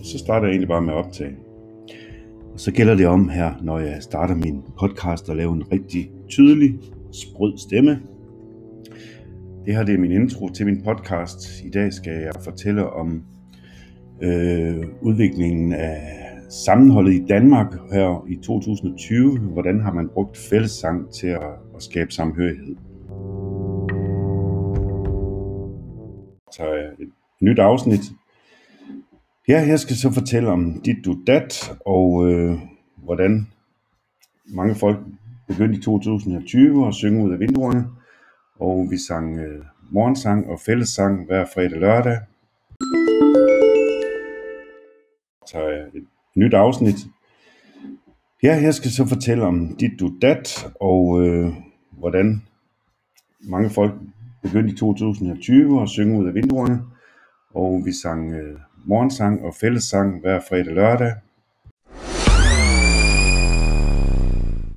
så starter jeg egentlig bare med at optage. Og så gælder det om her, når jeg starter min podcast, at lave en rigtig tydelig, sprød stemme. Det her det er min intro til min podcast. I dag skal jeg fortælle om udviklingen af sammenholdet i Danmark her i 2020. Hvordan har man brugt fællessang til at skabe samhørighed? Så et nyt afsnit. Jeg skal så fortælle om dit du dat, og hvordan mange folk begyndte i 2020 at synge ud af vinduerne. Og vi sang morgensang og fællessang hver fredag og lørdag. Så et nyt afsnit. Jeg skal så fortælle om dit du dat, og hvordan mange folk begyndte i 2020 at synge ud af vinduerne. Og vi sang morgensang og fællessang hver fredag og lørdag.